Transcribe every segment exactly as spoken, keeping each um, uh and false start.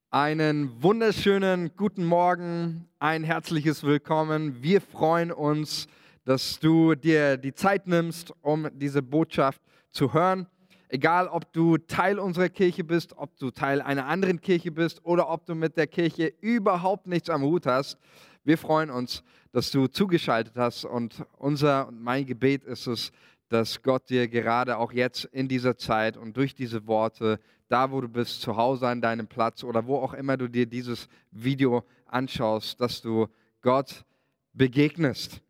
Einen wunderschönen guten Morgen, ein herzliches Willkommen. Wir freuen uns, dass du dir die Zeit nimmst, um diese Botschaft zu hören. Egal, ob du Teil unserer Kirche bist, ob du Teil einer anderen Kirche bist oder ob du mit der Kirche überhaupt nichts am Hut hast. Wir freuen uns, dass du zugeschaltet hast und unser und mein Gebet ist es, dass Gott dir gerade auch jetzt in dieser Zeit und durch diese Worte, da wo du bist, zu Hause an deinem Platz oder wo auch immer du dir dieses Video anschaust, dass du Gott begegnest.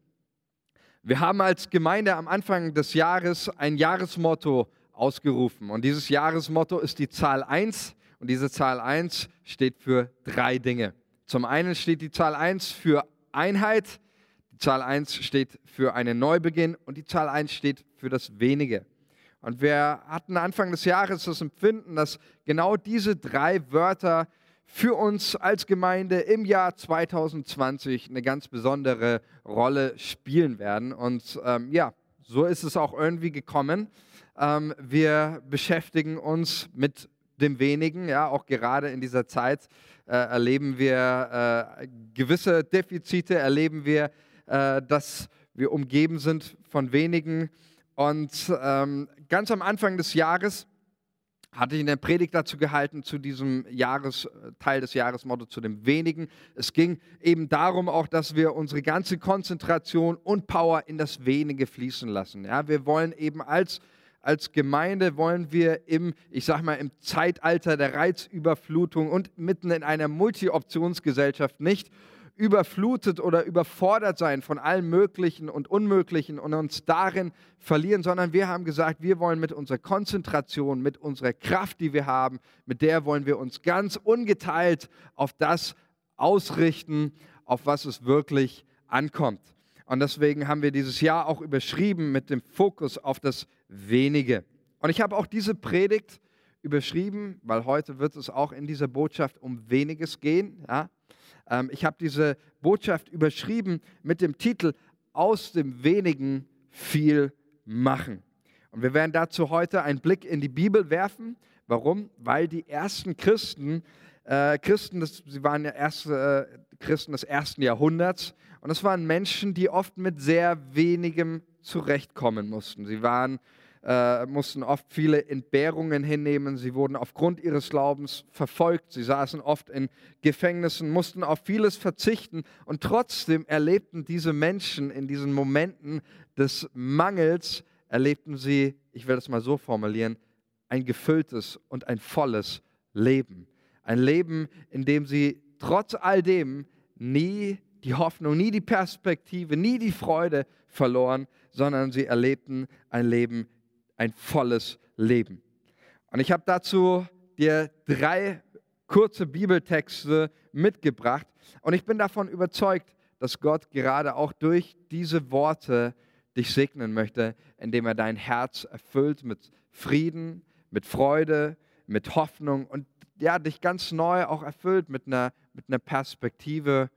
Wir haben als Gemeinde am Anfang des Jahres ein Jahresmotto ausgerufen und dieses Jahresmotto ist die Zahl eins und diese Zahl eins steht für drei Dinge. Zum einen steht die Zahl eins für Einheit, die Zahl eins steht für einen Neubeginn und die Zahl eins steht für das Wenige. Und wir hatten Anfang des Jahres das Empfinden, dass genau diese drei Wörter für uns als Gemeinde im Jahr zwanzig zwanzig eine ganz besondere Rolle spielen werden. Und ähm, ja, so ist es auch irgendwie gekommen. Ähm, wir beschäftigen uns mit dem Wenigen, ja, auch gerade in dieser Zeit äh, erleben wir äh, gewisse Defizite, erleben wir, äh, dass wir umgeben sind von wenigen. Und ähm, ganz am Anfang des Jahres hatte ich eine Predigt dazu gehalten, zu diesem Jahres, Teil des Jahresmotto, zu dem Wenigen. Es ging eben darum auch, dass wir unsere ganze Konzentration und Power in das Wenige fließen lassen. Ja, wir wollen eben als, als Gemeinde, wollen wir im, ich sag mal, im Zeitalter der Reizüberflutung und mitten in einer Multi-Optionsgesellschaft nicht überflutet oder überfordert sein von allem Möglichen und Unmöglichen und uns darin verlieren, sondern wir haben gesagt, wir wollen mit unserer Konzentration, mit unserer Kraft, die wir haben, mit der wollen wir uns ganz ungeteilt auf das ausrichten, auf was es wirklich ankommt. Und deswegen haben wir dieses Jahr auch überschrieben mit dem Fokus auf das Wenige. Und ich habe auch diese Predigt überschrieben, weil heute wird es auch in dieser Botschaft um Weniges gehen, ja. Ich habe diese Botschaft überschrieben mit dem Titel Aus dem Wenigen viel machen. Und wir werden dazu heute einen Blick in die Bibel werfen. Warum? Weil die ersten Christen, äh, Christen, das, sie waren ja erste äh, Christen des ersten Jahrhunderts und es waren Menschen, die oft mit sehr wenigem zurechtkommen mussten. Sie waren Äh, mussten oft viele Entbehrungen hinnehmen. Sie wurden aufgrund ihres Glaubens verfolgt. Sie saßen oft in Gefängnissen, mussten auf vieles verzichten. Und trotzdem erlebten diese Menschen in diesen Momenten des Mangels, erlebten sie, ich will das mal so formulieren, ein gefülltes und ein volles Leben. Ein Leben, in dem sie trotz all dem nie die Hoffnung, nie die Perspektive, nie die Freude verloren, sondern sie erlebten ein Leben, ein volles Leben. Und ich habe dazu dir drei kurze Bibeltexte mitgebracht und ich bin davon überzeugt, dass Gott gerade auch durch diese Worte dich segnen möchte, indem er dein Herz erfüllt mit Frieden, mit Freude, mit Hoffnung und ja, dich ganz neu auch erfüllt mit einer, mit einer Perspektive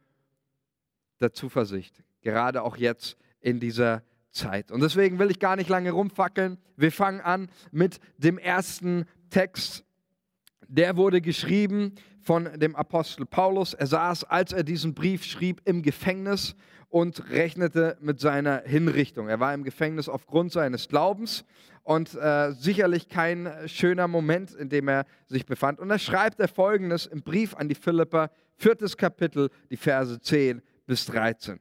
der Zuversicht, gerade auch jetzt in dieser Zeit. Und deswegen will ich gar nicht lange rumfackeln. Wir fangen an mit dem ersten Text. Der wurde geschrieben von dem Apostel Paulus. Er saß, als er diesen Brief schrieb, im Gefängnis und rechnete mit seiner Hinrichtung. Er war im Gefängnis aufgrund seines Glaubens und äh, sicherlich kein schöner Moment, in dem er sich befand. Und da schreibt er Folgendes im Brief an die Philipper, viertes Kapitel, die Verse zehn bis dreizehn.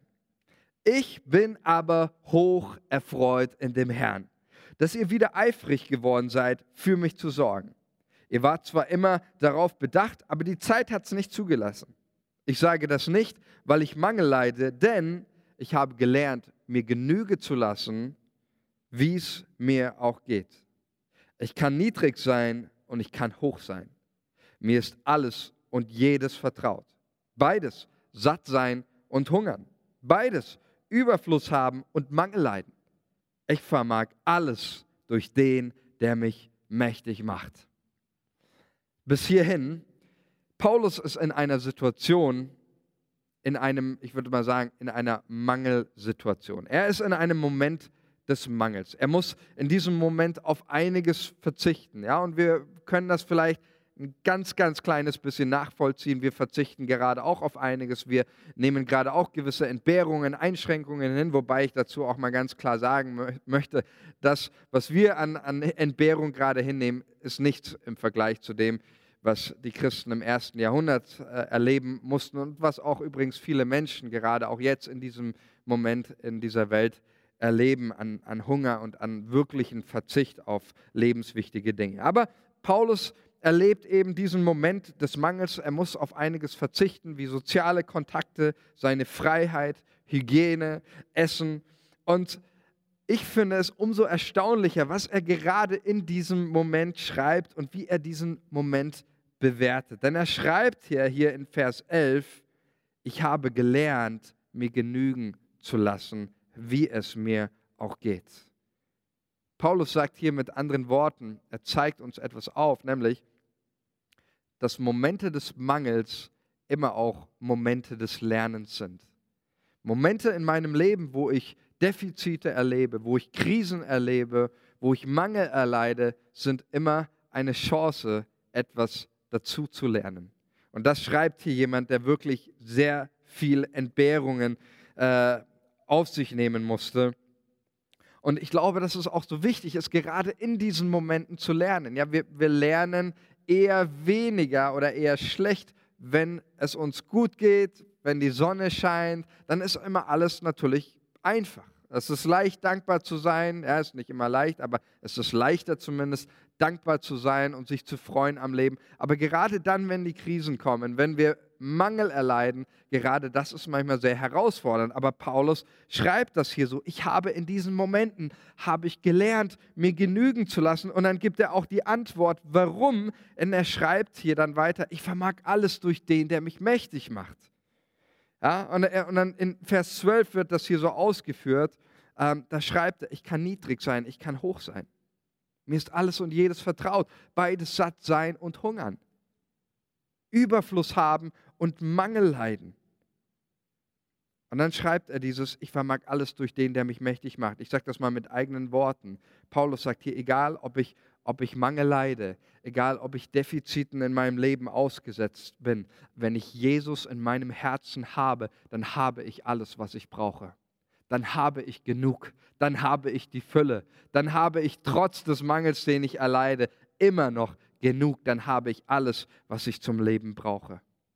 Ich bin aber hoch erfreut in dem Herrn, dass ihr wieder eifrig geworden seid, für mich zu sorgen. Ihr wart zwar immer darauf bedacht, aber die Zeit hat es nicht zugelassen. Ich sage das nicht, weil ich Mangel leide, denn ich habe gelernt, mir Genüge zu lassen, wie es mir auch geht. Ich kann niedrig sein und ich kann hoch sein. Mir ist alles und jedes vertraut. Beides, satt sein und hungern. Beides, Überfluss haben und Mangel leiden. Ich vermag alles durch den, der mich mächtig macht. Bis hierhin, Paulus ist in einer Situation, in einem, ich würde mal sagen, in einer Mangelsituation. Er ist in einem Moment des Mangels. Er muss in diesem Moment auf einiges verzichten. Ja? Und wir können das vielleicht ein ganz, ganz kleines bisschen nachvollziehen. Wir verzichten gerade auch auf einiges. Wir nehmen gerade auch gewisse Entbehrungen, Einschränkungen hin, wobei ich dazu auch mal ganz klar sagen mö- möchte, dass was wir an, an Entbehrung gerade hinnehmen, ist nichts im Vergleich zu dem, was die Christen im ersten Jahrhundert äh, erleben mussten und was auch übrigens viele Menschen gerade auch jetzt in diesem Moment in dieser Welt erleben an, an Hunger und an wirklichen Verzicht auf lebenswichtige Dinge. Aber Paulus erlebt eben diesen Moment des Mangels. Er muss auf einiges verzichten, wie soziale Kontakte, seine Freiheit, Hygiene, Essen. Und ich finde es umso erstaunlicher, was er gerade in diesem Moment schreibt und wie er diesen Moment bewertet. Denn er schreibt hier, hier in Vers elf, ich habe gelernt, mir genügen zu lassen, wie es mir auch geht. Paulus sagt hier mit anderen Worten, er zeigt uns etwas auf, nämlich, dass Momente des Mangels immer auch Momente des Lernens sind. Momente in meinem Leben, wo ich Defizite erlebe, wo ich Krisen erlebe, wo ich Mangel erleide, sind immer eine Chance, etwas dazu zu lernen. Und das schreibt hier jemand, der wirklich sehr viel Entbehrungen äh, auf sich nehmen musste. Und ich glaube, dass es auch so wichtig ist, gerade in diesen Momenten zu lernen. Ja, wir, wir lernen eher weniger oder eher schlecht, wenn es uns gut geht, wenn die Sonne scheint, dann ist immer alles natürlich einfach. Es ist leicht, dankbar zu sein. Ja, ist nicht immer leicht, aber es ist leichter zumindest, dankbar zu sein und sich zu freuen am Leben. Aber gerade dann, wenn die Krisen kommen, wenn wir Mangel erleiden, gerade das ist manchmal sehr herausfordernd. Aber Paulus schreibt das hier so, ich habe in diesen Momenten, habe ich gelernt, mir genügen zu lassen. Und dann gibt er auch die Antwort, warum. Und er schreibt hier dann weiter, ich vermag alles durch den, der mich mächtig macht. Ja, und, er, und dann in Vers zwölf wird das hier so ausgeführt, ähm, da schreibt er, ich kann niedrig sein, ich kann hoch sein. Mir ist alles und jedes vertraut, beides satt sein und hungern. Überfluss haben und Mangel leiden. Und dann schreibt er dieses, ich vermag alles durch den, der mich mächtig macht. Ich sage das mal mit eigenen Worten. Paulus sagt hier, egal ob ich, ob ich Mangel leide, egal ob ich Defiziten in meinem Leben ausgesetzt bin, wenn ich Jesus in meinem Herzen habe, dann habe ich alles, was ich brauche. Dann habe ich genug, dann habe ich die Fülle, dann habe ich trotz des Mangels, den ich erleide, immer noch genug, dann habe ich alles, was ich zum Leben brauche.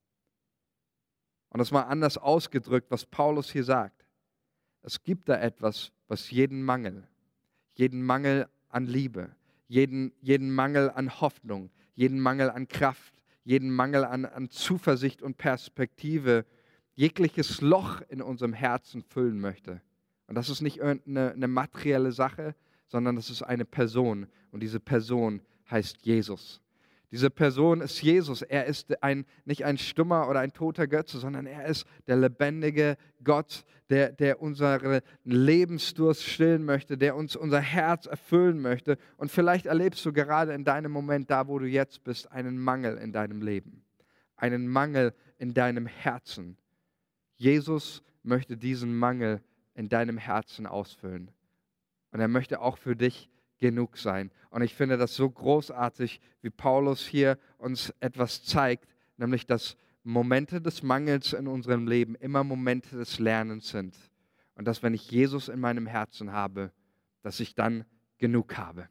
Und das mal anders ausgedrückt, was Paulus hier sagt. Es gibt da etwas, was jeden Mangel, jeden Mangel an Liebe, jeden, jeden Mangel an Hoffnung, jeden Mangel an Kraft, jeden Mangel an, an Zuversicht und Perspektive, jegliches Loch in unserem Herzen füllen möchte. Und das ist nicht irgendeine eine materielle Sache, sondern das ist eine Person. Und diese Person heißt Jesus. Diese Person ist Jesus. Er ist ein, nicht ein stummer oder ein toter Götze, sondern er ist der lebendige Gott, der, der unseren Lebensdurst stillen möchte, der uns unser Herz erfüllen möchte. Und vielleicht erlebst du gerade in deinem Moment, da wo du jetzt bist, einen Mangel in deinem Leben, einen Mangel in deinem Herzen. Jesus möchte diesen Mangel in deinem Herzen ausfüllen. Und er möchte auch für dich genug sein. Und ich finde das so großartig, wie Paulus hier uns etwas zeigt, nämlich dass Momente des Mangels in unserem Leben immer Momente des Lernens sind. Und dass, wenn ich Jesus in meinem Herzen habe, dass ich dann genug habe.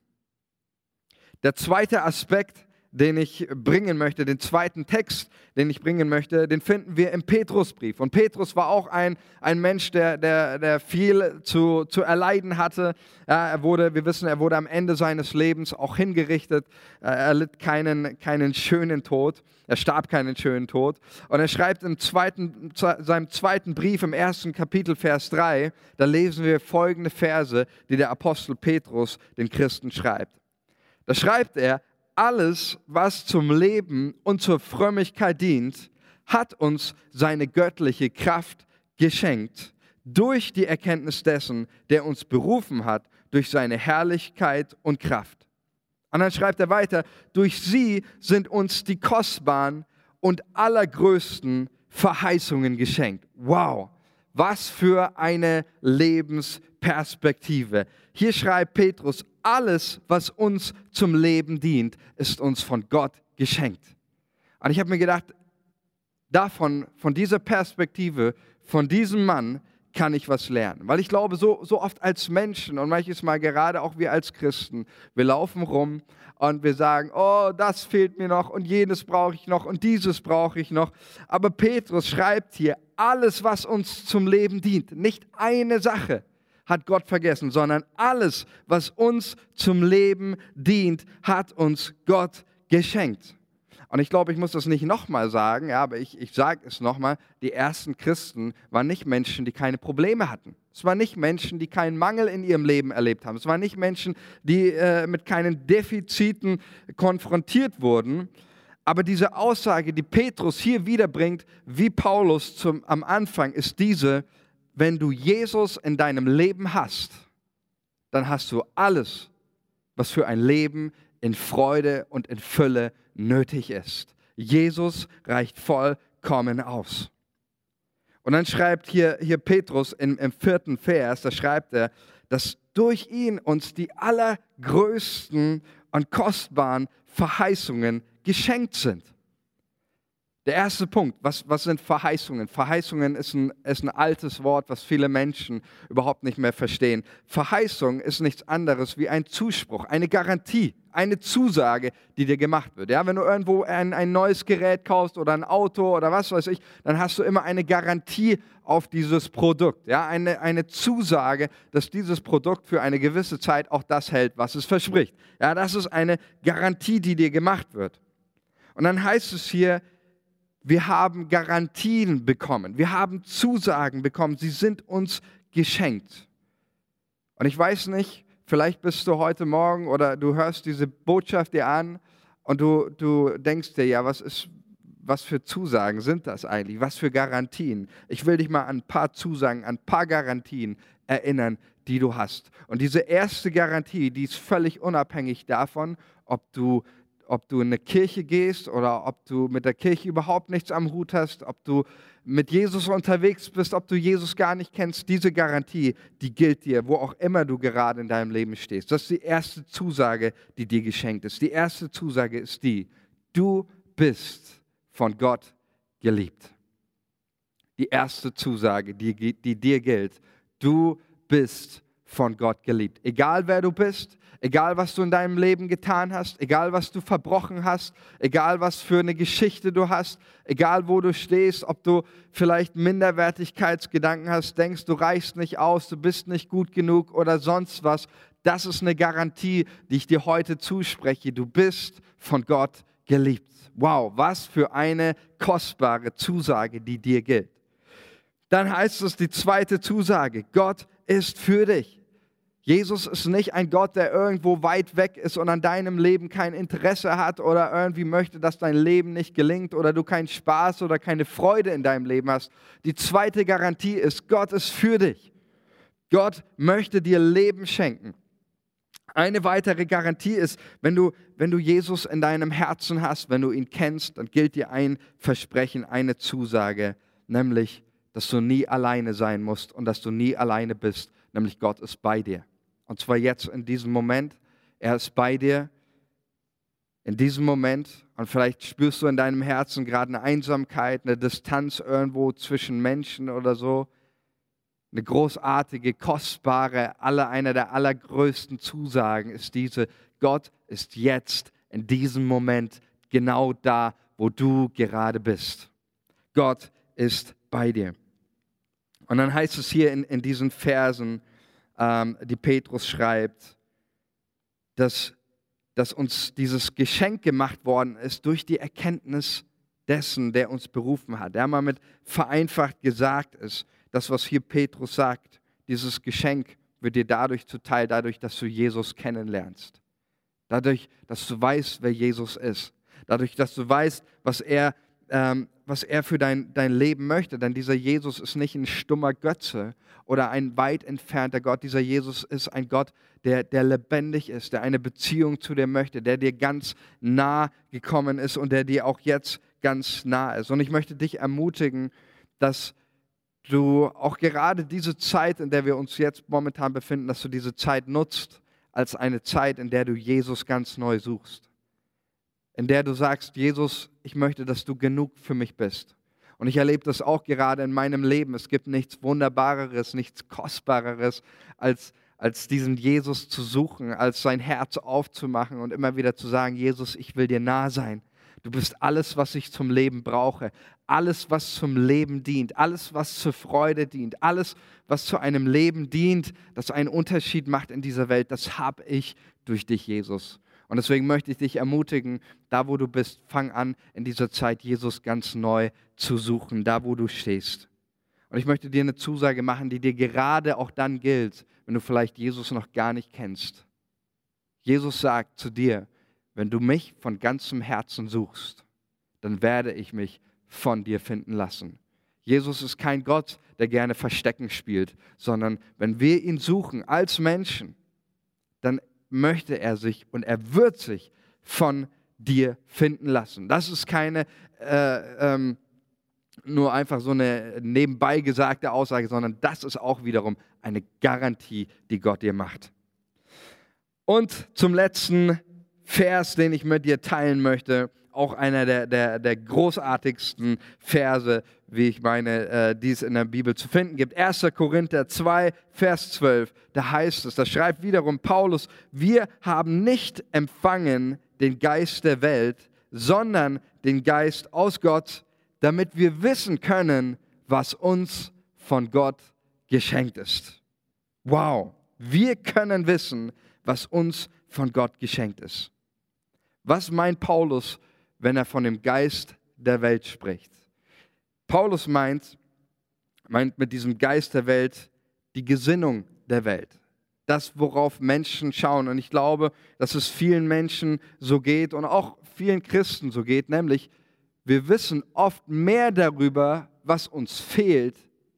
Der zweite Aspekt, den ich bringen möchte, den zweiten Text, den ich bringen möchte, den finden wir im Petrusbrief. Und Petrus war auch ein, ein Mensch, der, der, der viel zu, zu erleiden hatte. Ja, er wurde, wir wissen, er wurde am Ende seines Lebens auch hingerichtet. Er litt keinen, keinen schönen Tod. Er starb keinen schönen Tod. Und er schreibt im zweiten, seinem zweiten Brief im ersten Kapitel, Vers drei, da lesen wir folgende Verse, die der Apostel Petrus den Christen schreibt. Da schreibt er, alles, was zum Leben und zur Frömmigkeit dient, hat uns seine göttliche Kraft geschenkt, durch die Erkenntnis dessen, der uns berufen hat, durch seine Herrlichkeit und Kraft. Und dann schreibt er weiter, durch sie sind uns die kostbaren und allergrößten Verheißungen geschenkt. Wow, was für eine Lebensperspektive. Hier schreibt Petrus, alles, was uns zum Leben dient, ist uns von Gott geschenkt. Und ich habe mir gedacht, davon, von dieser Perspektive, von diesem Mann kann ich was lernen. Weil ich glaube, so, so oft als Menschen und manches Mal gerade auch wir als Christen, wir laufen rum und wir sagen, oh, das fehlt mir noch und jenes brauche ich noch und dieses brauche ich noch. Aber Petrus schreibt hier, alles, was uns zum Leben dient, nicht eine Sache hat Gott vergessen, sondern alles, was uns zum Leben dient, hat uns Gott geschenkt. Und ich glaube, ich muss das nicht nochmal sagen, ja, aber ich, ich sage es nochmal, die ersten Christen waren nicht Menschen, die keine Probleme hatten. Es waren nicht Menschen, die keinen Mangel in ihrem Leben erlebt haben. Es waren nicht Menschen, die äh, mit keinen Defiziten konfrontiert wurden. Aber diese Aussage, die Petrus hier wiederbringt, wie Paulus zum, am Anfang, ist diese: Wenn du Jesus in deinem Leben hast, dann hast du alles, was für ein Leben in Freude und in Fülle nötig ist. Jesus reicht vollkommen aus. Und dann schreibt hier, hier Petrus im, im vierten Vers, da schreibt er, dass durch ihn uns die allergrößten und kostbaren Verheißungen geschenkt sind. Der erste Punkt, was, was sind Verheißungen? Verheißungen ist ein, ist ein altes Wort, was viele Menschen überhaupt nicht mehr verstehen. Verheißung ist nichts anderes wie ein Zuspruch, eine Garantie, eine Zusage, die dir gemacht wird. Ja, wenn du irgendwo ein, ein neues Gerät kaufst oder ein Auto oder was weiß ich, dann hast du immer eine Garantie auf dieses Produkt. Ja, eine, eine Zusage, dass dieses Produkt für eine gewisse Zeit auch das hält, was es verspricht. Ja, das ist eine Garantie, die dir gemacht wird. Und dann heißt es hier, wir haben Garantien bekommen, wir haben Zusagen bekommen, sie sind uns geschenkt. Und ich weiß nicht, vielleicht bist du heute Morgen oder du hörst diese Botschaft dir an und du, du denkst dir, ja, was ist, was für Zusagen sind das eigentlich, was für Garantien? Ich will dich mal an ein paar Zusagen, an ein paar Garantien erinnern, die du hast. Und diese erste Garantie, die ist völlig unabhängig davon, ob du ob du in eine Kirche gehst oder ob du mit der Kirche überhaupt nichts am Hut hast, ob du mit Jesus unterwegs bist, ob du Jesus gar nicht kennst, diese Garantie, die gilt dir, wo auch immer du gerade in deinem Leben stehst. Das ist die erste Zusage, die dir geschenkt ist. Die erste Zusage ist die: Du bist von Gott geliebt. Die erste Zusage, die, die dir gilt: Du bist von Gott geliebt. Egal wer du bist, egal was du in deinem Leben getan hast, egal was du verbrochen hast, egal was für eine Geschichte du hast, egal wo du stehst, ob du vielleicht Minderwertigkeitsgedanken hast, denkst, du reichst nicht aus, du bist nicht gut genug oder sonst was, das ist eine Garantie, die ich dir heute zuspreche. Du bist von Gott geliebt. Wow, was für eine kostbare Zusage, die dir gilt. Dann heißt es die zweite Zusage: Gott ist für dich. Jesus ist nicht ein Gott, der irgendwo weit weg ist und an deinem Leben kein Interesse hat oder irgendwie möchte, dass dein Leben nicht gelingt oder du keinen Spaß oder keine Freude in deinem Leben hast. Die zweite Garantie ist, Gott ist für dich. Gott möchte dir Leben schenken. Eine weitere Garantie ist, wenn du, wenn du Jesus in deinem Herzen hast, wenn du ihn kennst, dann gilt dir ein Versprechen, eine Zusage, nämlich, dass du nie alleine sein musst und dass du nie alleine bist, nämlich Gott ist bei dir. Und zwar jetzt in diesem Moment, er ist bei dir, in diesem Moment. Und vielleicht spürst du in deinem Herzen gerade eine Einsamkeit, eine Distanz irgendwo zwischen Menschen oder so. Eine großartige, kostbare, aller, einer der allergrößten Zusagen ist diese: Gott ist jetzt in diesem Moment genau da, wo du gerade bist. Gott ist bei dir. Und dann heißt es hier in, in diesen Versen, ähm, die Petrus schreibt, dass, dass uns dieses Geschenk gemacht worden ist durch die Erkenntnis dessen, der uns berufen hat. Der mal mit vereinfacht gesagt ist, das, was hier Petrus sagt, dieses Geschenk wird dir dadurch zuteil, dadurch, dass du Jesus kennenlernst. Dadurch, dass du weißt, wer Jesus ist. Dadurch, dass du weißt, was er Ähm, was er für dein, dein Leben möchte. Denn dieser Jesus ist nicht ein stummer Götze oder ein weit entfernter Gott. Dieser Jesus ist ein Gott, der, der lebendig ist, der eine Beziehung zu dir möchte, der dir ganz nah gekommen ist und der dir auch jetzt ganz nah ist. Und ich möchte dich ermutigen, dass du auch gerade diese Zeit, in der wir uns jetzt momentan befinden, dass du diese Zeit nutzt als eine Zeit, in der du Jesus ganz neu suchst. in der du sagst, Jesus, ich möchte, dass du genug für mich bist. Und ich erlebe das auch gerade in meinem Leben. Es gibt nichts Wunderbareres, nichts Kostbareres, als, als diesen Jesus zu suchen, als sein Herz aufzumachen und immer wieder zu sagen, Jesus, ich will dir nah sein. Du bist alles, was ich zum Leben brauche. Alles, was zum Leben dient. Alles, was zur Freude dient. Alles, was zu einem Leben dient, das einen Unterschied macht in dieser Welt, das habe ich durch dich, Jesus. Und deswegen möchte ich dich ermutigen, da wo du bist, fang an, in dieser Zeit Jesus ganz neu zu suchen, da wo du stehst. Und ich möchte dir eine Zusage machen, die dir gerade auch dann gilt, wenn du vielleicht Jesus noch gar nicht kennst. Jesus sagt zu dir, wenn du mich von ganzem Herzen suchst, dann werde ich mich von dir finden lassen. Jesus ist kein Gott, der gerne Verstecken spielt, sondern wenn wir ihn suchen als Menschen, dann möchte er sich und er wird sich von dir finden lassen. Das ist keine äh, ähm, nur einfach so eine nebenbei gesagte Aussage, sondern das ist auch wiederum eine Garantie, die Gott dir macht. Und zum letzten Vers, den ich mit dir teilen möchte, auch einer der, der, der großartigsten Verse, wie ich meine, äh, die es in der Bibel zu finden gibt. erster Korinther zwei, Vers zwölf, da heißt es, da schreibt wiederum Paulus, wir haben nicht empfangen den Geist der Welt, sondern den Geist aus Gott, damit wir wissen können, was uns von Gott geschenkt ist. Wow, wir können wissen, was uns von Gott geschenkt ist. Was meint Paulus, wenn er von dem Geist der Welt spricht? Paulus meint, meint mit diesem Geist der Welt die Gesinnung der Welt. Das, worauf Menschen schauen. Und ich glaube, dass es vielen Menschen so geht und auch vielen Christen so geht, nämlich wir wissen oft mehr darüber, was uns fehlt,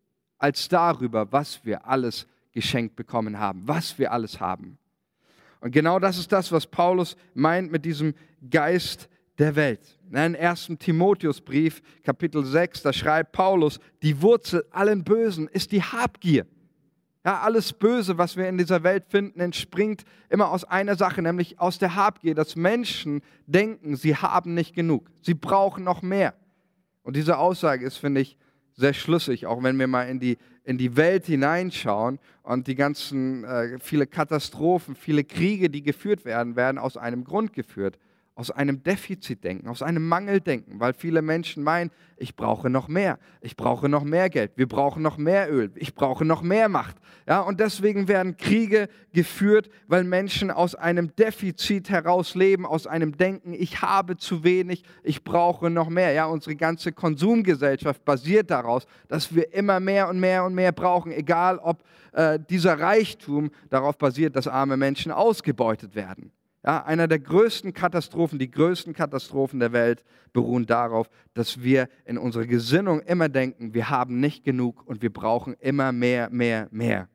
als darüber, was wir alles geschenkt bekommen haben, was wir alles haben. Und genau das ist das, was Paulus meint mit diesem Geist der Welt. In ersten Timotheusbrief, Kapitel sechs, da schreibt Paulus, die Wurzel allen Bösen ist die Habgier. Ja, alles Böse, was wir in dieser Welt finden, entspringt immer aus einer Sache, nämlich aus der Habgier, dass Menschen denken, sie haben nicht genug, sie brauchen noch mehr. Und diese Aussage ist, finde ich, sehr schlüssig, auch wenn wir mal in die, in die Welt hineinschauen und die ganzen, äh, viele Katastrophen, viele Kriege, die geführt werden, werden aus einem Grund geführt. Aus einem Defizitdenken, aus einem Mangeldenken, weil viele Menschen meinen, ich brauche noch mehr, ich brauche noch mehr Geld, wir brauchen noch mehr Öl, ich brauche noch mehr Macht. Ja, und deswegen werden Kriege geführt, weil Menschen aus einem Defizit heraus leben, aus einem Denken, ich habe zu wenig, ich brauche noch mehr. Ja, unsere ganze Konsumgesellschaft basiert daraus, dass wir immer mehr und mehr und mehr brauchen, egal ob äh, dieser Reichtum darauf basiert, dass arme Menschen ausgebeutet werden. Ja, einer der größten Katastrophen, die größten Katastrophen der Welt beruhen darauf, dass wir in unserer Gesinnung immer denken, wir haben nicht genug und wir brauchen immer mehr, mehr, mehr.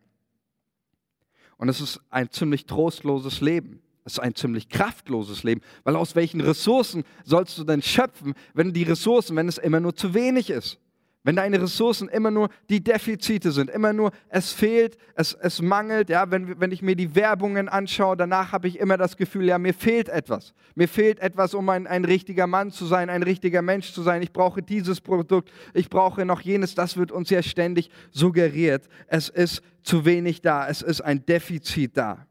Und es ist ein ziemlich trostloses Leben. Es ist ein ziemlich kraftloses Leben, weil aus welchen Ressourcen sollst du denn schöpfen, wenn die Ressourcen, wenn es immer nur zu wenig ist? Wenn deine Ressourcen immer nur die Defizite sind, immer nur es fehlt, es, es mangelt, ja, wenn, wenn ich mir die Werbungen anschaue, danach habe ich immer das Gefühl, ja, mir fehlt etwas. Mir fehlt etwas, um ein, ein richtiger Mann zu sein, ein richtiger Mensch zu sein. Ich brauche dieses Produkt, ich brauche noch jenes. Das wird uns ja ständig suggeriert. Es ist zu wenig da, es ist ein Defizit da.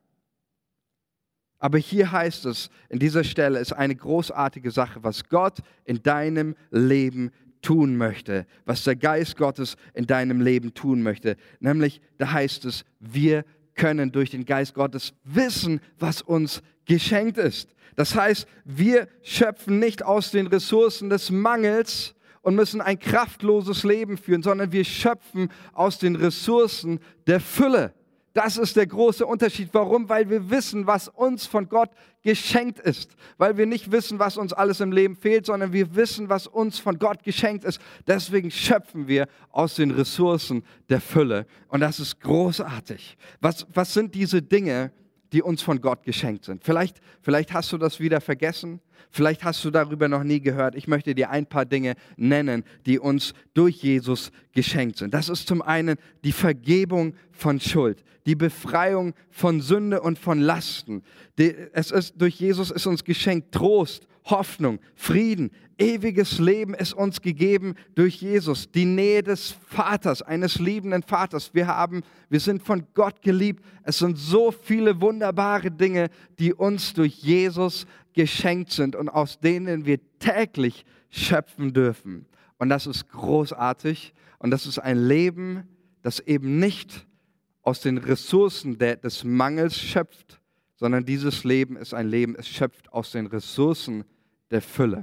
Aber hier heißt es, in dieser Stelle ist eine großartige Sache, was Gott in deinem Leben tun möchte, was der Geist Gottes in deinem Leben tun möchte. Nämlich, da heißt es, wir können durch den Geist Gottes wissen, was uns geschenkt ist. Das heißt, wir schöpfen nicht aus den Ressourcen des Mangels und müssen ein kraftloses Leben führen, sondern wir schöpfen aus den Ressourcen der Fülle. Das ist der große Unterschied. Warum? Weil wir wissen, was uns von Gott geschenkt ist. Weil wir nicht wissen, was uns alles im Leben fehlt, sondern wir wissen, was uns von Gott geschenkt ist. Deswegen schöpfen wir aus den Ressourcen der Fülle. Und das ist großartig. Was, was sind diese Dinge, die uns von Gott geschenkt sind? Vielleicht, vielleicht hast du das wieder vergessen. Vielleicht hast du darüber noch nie gehört. Ich möchte dir ein paar Dinge nennen, die uns durch Jesus geschenkt sind. Das ist zum einen die Vergebung von Schuld, die Befreiung von Sünde und von Lasten. Es ist, durch Jesus ist uns geschenkt Trost, Hoffnung, Frieden, ewiges Leben ist uns gegeben durch Jesus. Die Nähe des Vaters, eines liebenden Vaters. Wir haben, wir sind von Gott geliebt. Es sind so viele wunderbare Dinge, die uns durch Jesus geschenkt sind und aus denen wir täglich schöpfen dürfen. Und das ist großartig. Und das ist ein Leben, das eben nicht aus den Ressourcen des Mangels schöpft, sondern dieses Leben ist ein Leben, es schöpft aus den Ressourcen der Fülle.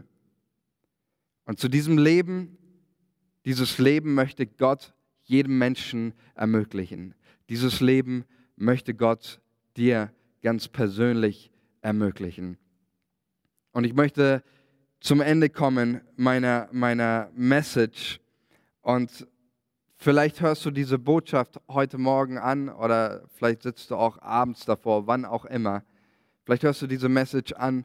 Und zu diesem Leben, dieses Leben möchte Gott jedem Menschen ermöglichen. Dieses Leben möchte Gott dir ganz persönlich ermöglichen. Und ich möchte zum Ende kommen meiner, meiner Message und vielleicht hörst du diese Botschaft heute Morgen an oder vielleicht sitzt du auch abends davor, wann auch immer. Vielleicht hörst du diese Message an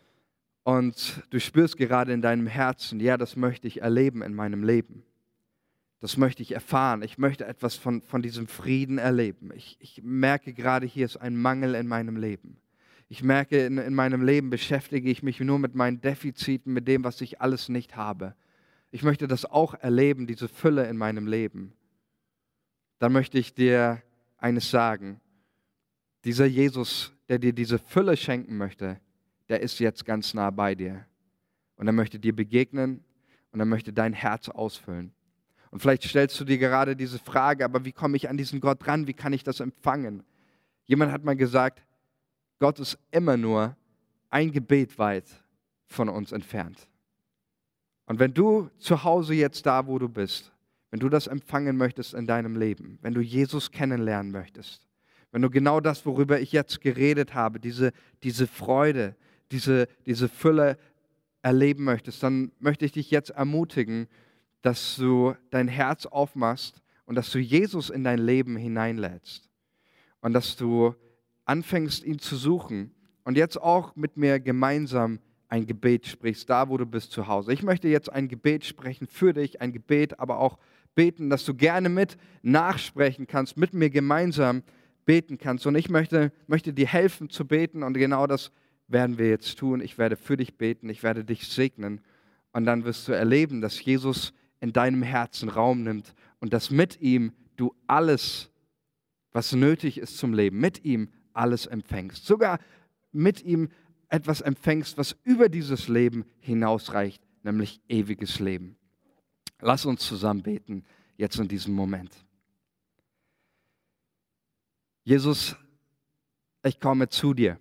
und du spürst gerade in deinem Herzen, ja, das möchte ich erleben in meinem Leben. Das möchte ich erfahren. Ich möchte etwas von, von diesem Frieden erleben. Ich, ich merke gerade, hier ist ein Mangel in meinem Leben. Ich merke, in, in meinem Leben beschäftige ich mich nur mit meinen Defiziten, mit dem, was ich alles nicht habe. Ich möchte das auch erleben, diese Fülle in meinem Leben. Dann möchte ich dir eines sagen. Dieser Jesus, der dir diese Fülle schenken möchte, der ist jetzt ganz nah bei dir. Und er möchte dir begegnen und er möchte dein Herz ausfüllen. Und vielleicht stellst du dir gerade diese Frage, aber wie komme ich an diesen Gott ran? Wie kann ich das empfangen? Jemand hat mal gesagt, Gott ist immer nur ein Gebet weit von uns entfernt. Und wenn du zu Hause jetzt da, wo du bist, wenn du das empfangen möchtest in deinem Leben, wenn du Jesus kennenlernen möchtest, wenn du genau das, worüber ich jetzt geredet habe, diese, diese Freude, diese, diese Fülle erleben möchtest, dann möchte ich dich jetzt ermutigen, dass du dein Herz aufmachst und dass du Jesus in dein Leben hineinlädst und dass du anfängst, ihn zu suchen und jetzt auch mit mir gemeinsam ein Gebet sprichst, da wo du bist zu Hause. Ich möchte jetzt ein Gebet sprechen für dich, ein Gebet, aber auch beten, dass du gerne mit nachsprechen kannst, mit mir gemeinsam beten kannst. Und ich möchte, möchte dir helfen zu beten und genau das werden wir jetzt tun. Ich werde für dich beten, ich werde dich segnen und dann wirst du erleben, dass Jesus in deinem Herzen Raum nimmt und dass mit ihm du alles, was nötig ist zum Leben, mit ihm alles empfängst. Sogar mit ihm etwas empfängst, was über dieses Leben hinausreicht, nämlich ewiges Leben. Lass uns zusammen beten, jetzt in diesem Moment. Jesus, ich komme zu dir.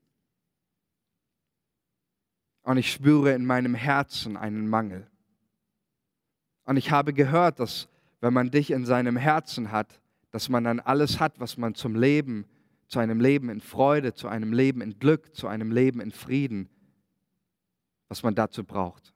Und ich spüre in meinem Herzen einen Mangel. Und ich habe gehört, dass wenn man dich in seinem Herzen hat, dass man dann alles hat, was man zum Leben, zu einem Leben in Freude, zu einem Leben in Glück, zu einem Leben in Frieden, was man dazu braucht.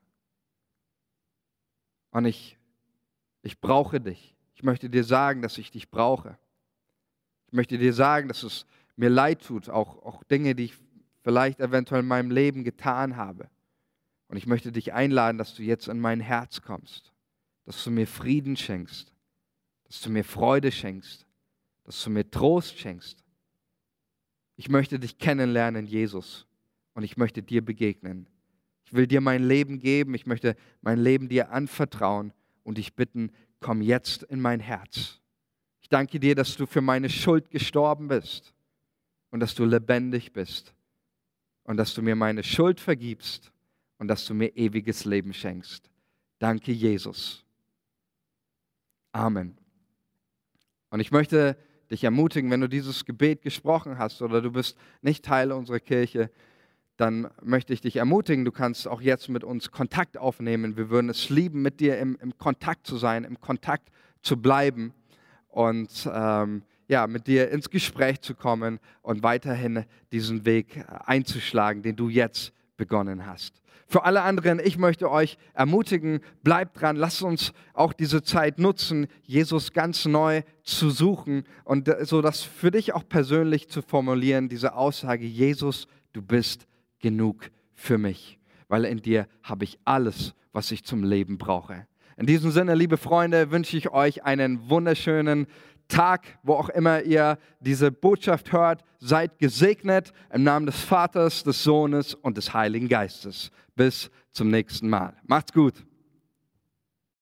Und ich, ich brauche dich. Ich möchte dir sagen, dass ich dich brauche. Ich möchte dir sagen, dass es mir leid tut, auch, auch Dinge, die ich vielleicht eventuell in meinem Leben getan habe. Und ich möchte dich einladen, dass du jetzt in mein Herz kommst, dass du mir Frieden schenkst, dass du mir Freude schenkst, dass du mir Trost schenkst. Ich möchte dich kennenlernen, Jesus, und ich möchte dir begegnen. Ich will dir mein Leben geben, ich möchte mein Leben dir anvertrauen und dich bitten, komm jetzt in mein Herz. Ich danke dir, dass du für meine Schuld gestorben bist und dass du lebendig bist und dass du mir meine Schuld vergibst und dass du mir ewiges Leben schenkst. Danke, Jesus. Amen. Und ich möchte dich ermutigen, wenn du dieses Gebet gesprochen hast oder du bist nicht Teil unserer Kirche, dann möchte ich dich ermutigen, du kannst auch jetzt mit uns Kontakt aufnehmen. Wir würden es lieben, mit dir im, im Kontakt zu sein, im Kontakt zu bleiben und ähm, ja, mit dir ins Gespräch zu kommen und weiterhin diesen Weg einzuschlagen, den du jetzt begonnen hast. Für alle anderen, ich möchte euch ermutigen, bleibt dran, lasst uns auch diese Zeit nutzen, Jesus ganz neu zu suchen und so das für dich auch persönlich zu formulieren, diese Aussage, Jesus, du bist genug für mich, weil in dir habe ich alles, was ich zum Leben brauche. In diesem Sinne, liebe Freunde, wünsche ich euch einen wunderschönen Tag, wo auch immer ihr diese Botschaft hört. Seid gesegnet im Namen des Vaters, des Sohnes und des Heiligen Geistes. Bis zum nächsten Mal. Macht's gut.